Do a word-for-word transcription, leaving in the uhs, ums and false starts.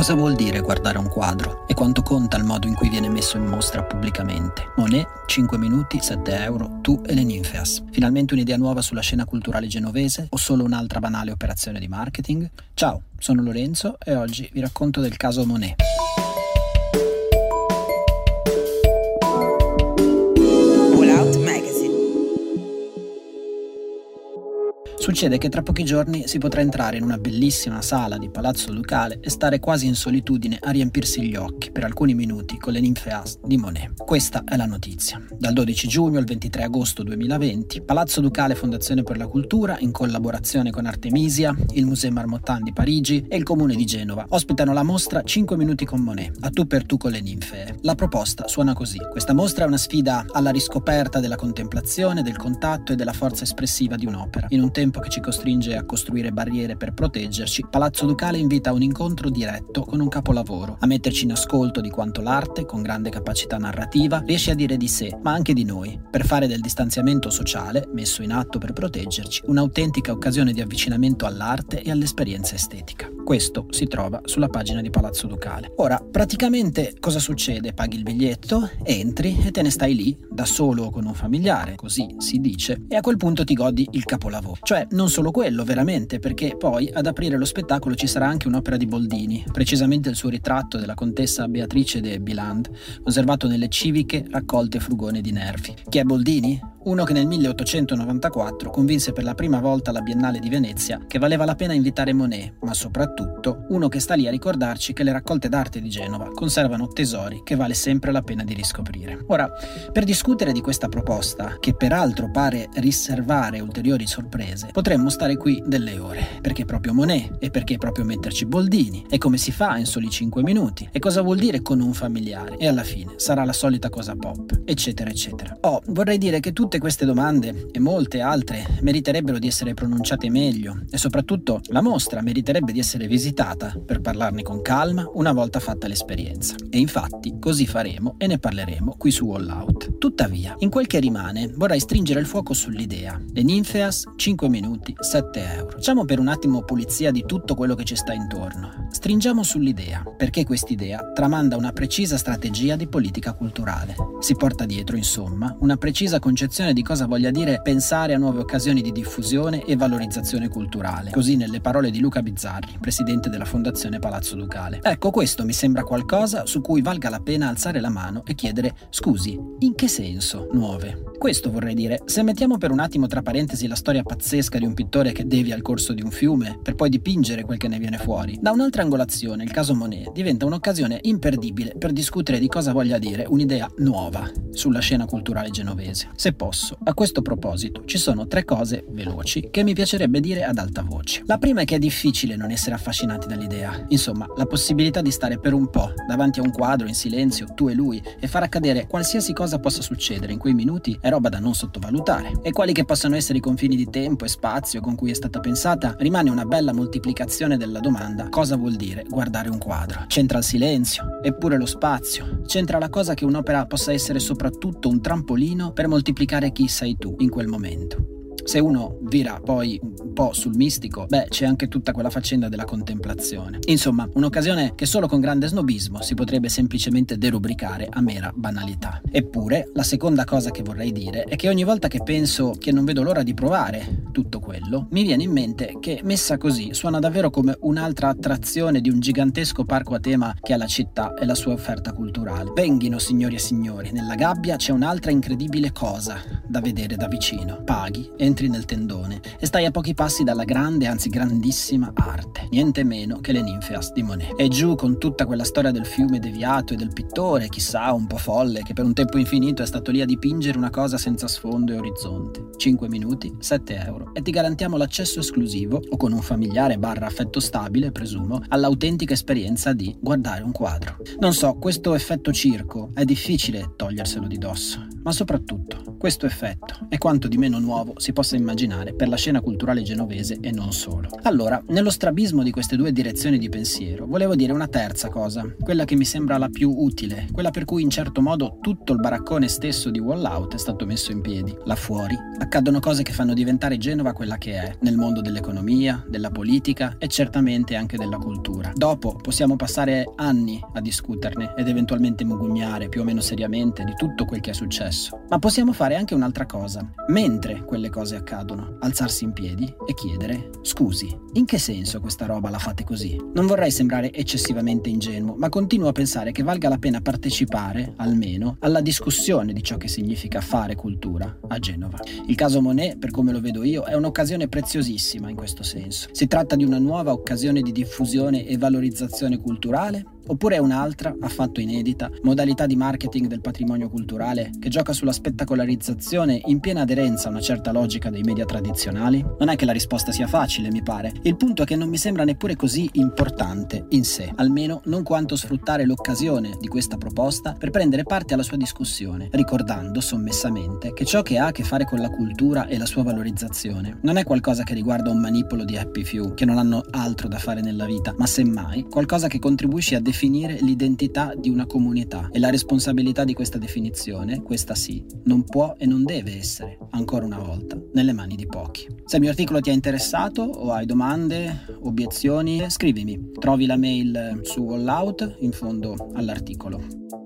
Cosa vuol dire guardare un quadro e quanto conta il modo in cui viene messo in mostra pubblicamente? Monet, cinque minuti, sette euro, tu e le Ninfeas. Finalmente un'idea nuova sulla scena culturale genovese o solo un'altra banale operazione di marketing? Ciao, sono Lorenzo e oggi vi racconto del caso Monet. Succede che tra pochi giorni si potrà entrare in una bellissima sala di Palazzo Ducale e stare quasi in solitudine a riempirsi gli occhi per alcuni minuti con le Ninfeas di Monet. Questa è la notizia. Dal dodici giugno al ventitré agosto duemilaventi, Palazzo Ducale Fondazione per la Cultura, in collaborazione con Artemisia, il Musée Marmottan di Parigi e il Comune di Genova, ospitano la mostra cinque minuti con Monet, a tu per tu con le ninfee. La proposta suona così. Questa mostra è una sfida alla riscoperta della contemplazione, del contatto e della forza espressiva di un'opera. In un tempo che ci costringe a costruire barriere per proteggerci, Palazzo Ducale invita a un incontro diretto con un capolavoro, a metterci in ascolto di quanto l'arte, con grande capacità narrativa, riesce a dire di sé, ma anche di noi, per fare del distanziamento sociale, messo in atto per proteggerci, un'autentica occasione di avvicinamento all'arte e all'esperienza estetica. Questo si trova sulla pagina di Palazzo Ducale. Ora, praticamente cosa succede? Paghi il biglietto, entri e te ne stai lì, da solo o con un familiare, così si dice, e a quel punto ti godi il capolavoro. Cioè, non solo quello, veramente, perché poi ad aprire lo spettacolo ci sarà anche un'opera di Boldini, precisamente il suo ritratto della contessa Beatrice de Biland, conservato nelle civiche raccolte Frugone di Nervi. Chi è Boldini? Uno che nel milleottocentonovantaquattro convinse per la prima volta alla Biennale di Venezia che valeva la pena invitare Monet, ma soprattutto uno che sta lì a ricordarci che le raccolte d'arte di Genova conservano tesori che vale sempre la pena di riscoprire. Ora, per discutere di questa proposta, che peraltro pare riservare ulteriori sorprese, potremmo stare qui delle ore, perché proprio Monet e perché proprio metterci Boldini e come si fa in soli cinque minuti e cosa vuol dire con un familiare e alla fine sarà la solita cosa pop, eccetera eccetera. Oh, vorrei dire che tutte queste domande e molte altre meriterebbero di essere pronunciate meglio e soprattutto la mostra meriterebbe di essere visitata per parlarne con calma una volta fatta l'esperienza. E infatti così faremo e ne parleremo qui su All Out. Tuttavia, in quel che rimane vorrei stringere il fuoco sull'idea. Le Ninfeas, cinque minuti, sette euro. Facciamo per un attimo pulizia di tutto quello che ci sta intorno. Stringiamo sull'idea, perché quest'idea tramanda una precisa strategia di politica culturale. Si porta dietro, insomma, una precisa concezione di cosa voglia dire pensare a nuove occasioni di diffusione e valorizzazione culturale, così nelle parole di Luca Bizzarri, presidente della Fondazione Palazzo Ducale. Ecco, questo mi sembra qualcosa su cui valga la pena alzare la mano e chiedere: scusi, in che senso nuove? Questo vorrei dire. Se mettiamo per un attimo tra parentesi la storia pazzesca di un pittore che devia il corso di un fiume per poi dipingere quel che ne viene fuori, da un'altra angolazione il caso Monet diventa un'occasione imperdibile per discutere di cosa voglia dire un'idea nuova sulla scena culturale genovese. Se posso, a questo proposito ci sono tre cose veloci che mi piacerebbe dire ad alta voce. La prima è che è difficile non essere affascinati dall'idea. Insomma, la possibilità di stare per un po' davanti a un quadro in silenzio, tu e lui, e far accadere qualsiasi cosa possa succedere in quei minuti è roba da non sottovalutare. E quali che possano essere i confini di tempo e spazio con cui è stata pensata, rimane una bella moltiplicazione della domanda: cosa vuol dire guardare un quadro? C'entra il silenzio, eppure lo spazio. C'entra la cosa che un'opera possa essere soprattutto un trampolino per moltiplicare chi sei tu in quel momento. Se uno vira poi un po' sul mistico, beh, c'è anche tutta quella faccenda della contemplazione. Insomma, un'occasione che solo con grande snobismo si potrebbe semplicemente derubricare a mera banalità. Eppure, la seconda cosa che vorrei dire è che ogni volta che penso che non vedo l'ora di provare tutto quello, mi viene in mente che messa così suona davvero come un'altra attrazione di un gigantesco parco a tema che ha la città e la sua offerta culturale. Venghino, signori e signori, nella gabbia c'è un'altra incredibile cosa da vedere da vicino. Paghi, entri nel tendone e stai a pochi passi dalla grande, anzi grandissima arte, niente meno che le Ninfeas di Monet. E giù con tutta quella storia del fiume deviato e del pittore, chissà, un po' folle, che per un tempo infinito è stato lì a dipingere una cosa senza sfondo e orizzonte. cinque minuti, sette euro e ti garantiamo l'accesso esclusivo, o con un familiare barra affetto stabile, presumo, all'autentica esperienza di guardare un quadro. Non so, questo effetto circo è difficile toglierselo di dosso, ma soprattutto questo effetto è quanto di meno nuovo si possa immaginare per la scena culturale genovese genovese e non solo. Allora, nello strabismo di queste due direzioni di pensiero, volevo dire una terza cosa, quella che mi sembra la più utile, quella per cui in certo modo tutto il baraccone stesso di Wall Out è stato messo in piedi. Là fuori accadono cose che fanno diventare Genova quella che è, nel mondo dell'economia, della politica e certamente anche della cultura. Dopo possiamo passare anni a discuterne ed eventualmente mugugnare più o meno seriamente di tutto quel che è successo. Ma possiamo fare anche un'altra cosa, mentre quelle cose accadono, alzarsi in piedi e chiedere: scusi, in che senso questa roba la fate così? Non vorrei sembrare eccessivamente ingenuo, ma continuo a pensare che valga la pena partecipare, almeno, alla discussione di ciò che significa fare cultura a Genova. Il caso Monet, per come lo vedo io, è un'occasione preziosissima in questo senso. Si tratta di una nuova occasione di diffusione e valorizzazione culturale? Oppure è un'altra, affatto inedita, modalità di marketing del patrimonio culturale che gioca sulla spettacolarizzazione in piena aderenza a una certa logica dei media tradizionali? Non è che la risposta sia facile, mi pare. Il punto è che non mi sembra neppure così importante in sé, almeno non quanto sfruttare l'occasione di questa proposta per prendere parte alla sua discussione, ricordando sommessamente che ciò che ha a che fare con la cultura e la sua valorizzazione non è qualcosa che riguarda un manipolo di happy few che non hanno altro da fare nella vita, ma semmai qualcosa che contribuisce a definire l'identità di una comunità, e la responsabilità di questa definizione, questa sì, non può e non deve essere, ancora una volta, nelle mani di pochi. Se il mio articolo ti ha interessato o hai domande, obiezioni, scrivimi. Trovi la mail su All Out in fondo all'articolo.